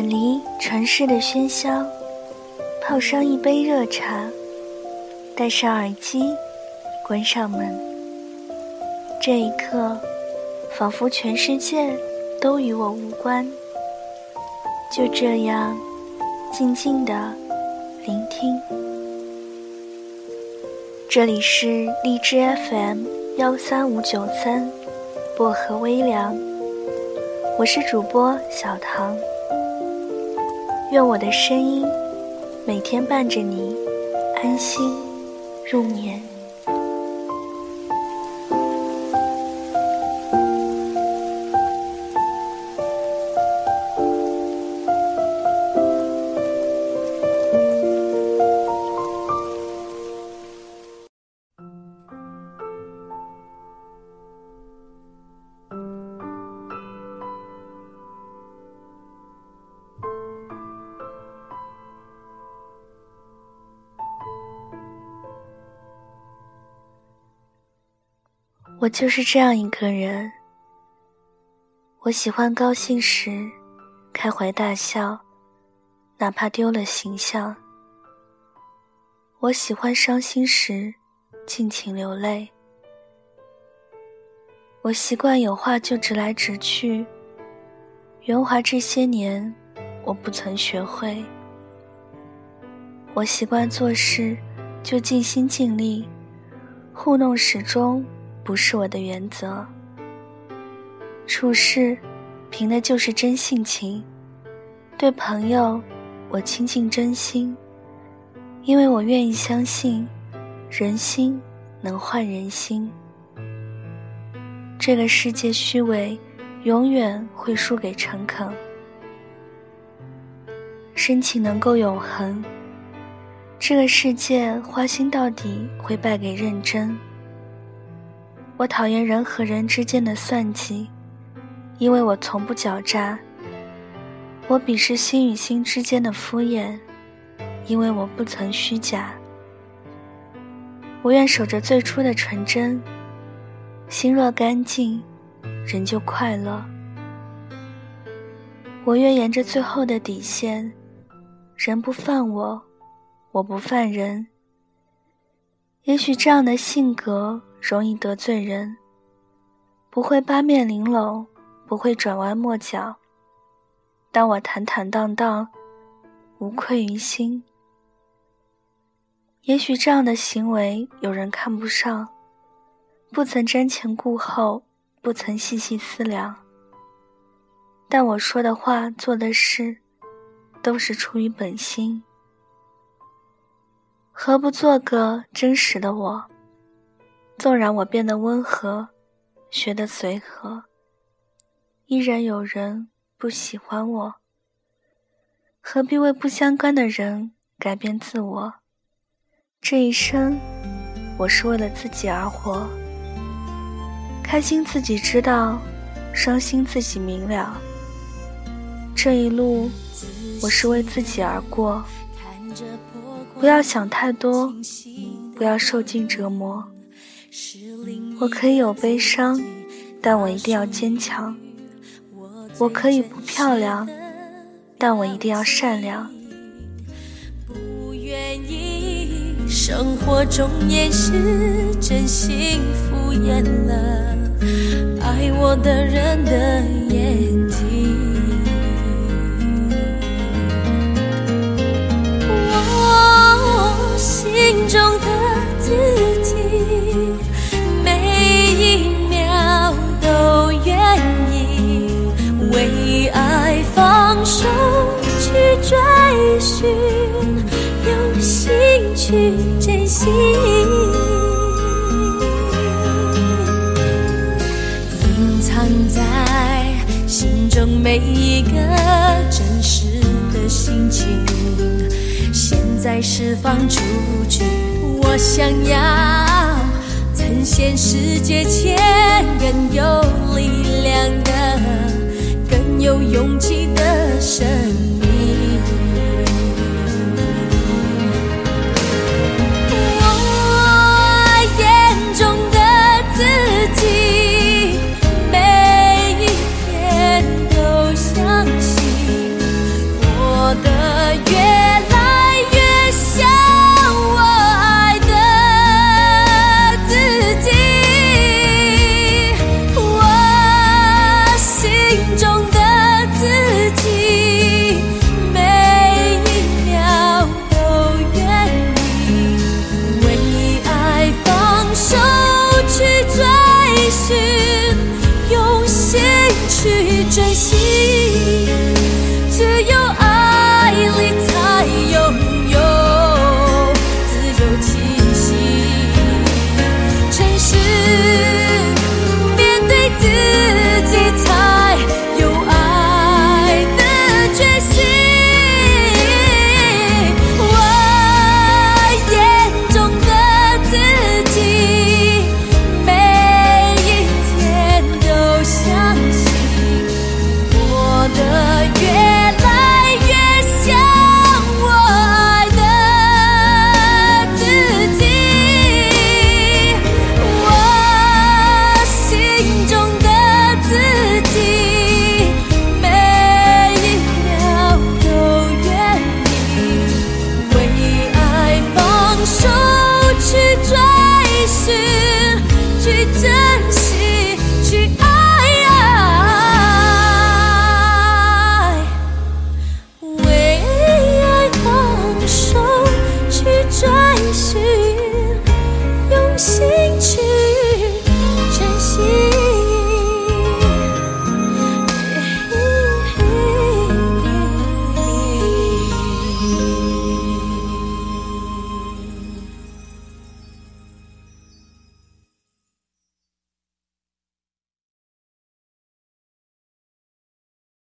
远离城市的喧嚣，泡上一杯热茶，戴上耳机，关上门。这一刻，仿佛全世界都与我无关。就这样，静静地聆听。这里是荔枝 FM13593，薄荷微凉，我是主播小唐。愿我的声音每天伴着你安心入眠。我就是这样一个人，我喜欢高兴时开怀大笑，哪怕丢了形象；我喜欢伤心时尽情流泪；我习惯有话就直来直去，圆滑这些年我不曾学会；我习惯做事就尽心尽力，糊弄始终不是我的原则，处事凭的就是真性情，对朋友我倾尽真心，因为我愿意相信人心能换人心。这个世界虚伪永远会输给诚恳，深情能够永恒，这个世界花心到底会败给认真。我讨厌人和人之间的算计，因为我从不狡诈；我鄙视心与心之间的敷衍，因为我不曾虚假。我愿守着最初的纯真，心若干净，人就快乐。我愿沿着最后的底线，人不犯我，我不犯人。也许这样的性格容易得罪人，不会八面玲珑，不会转弯抹角，但我坦坦荡荡，无愧于心。也许这样的行为有人看不上，不曾瞻前顾后，不曾细细思量，但我说的话做的事都是出于本心。何不做个真实的我？纵然我变得温和，学得随和，依然有人不喜欢我。何必为不相干的人改变自我？这一生，我是为了自己而活。开心自己知道，伤心自己明了。这一路，我是为自己而过。不要想太多，不要受尽折磨。我可以有悲伤，但我一定要坚强。我可以不漂亮，但我一定要善良。 不愿意生活中掩饰真心敷衍了爱我的人的眼睛。心中的自己每一秒都愿意为爱放手去追寻，用心去珍惜。隐藏在心中每一个真实的心情，现在释放出去，我想要呈现世界前更有力量的，更有勇气的生命。我眼中的自己，每一天都相信寻，用心去追寻，只有爱里才拥有自由气息。诚实面对自己，才有爱的决心。我眼中的自己，每一天都相信，活得越来越像我爱的自己。我心中的自己，每一秒都愿意为爱放手，去追寻，去珍惜，去爱，为爱放手，去追寻。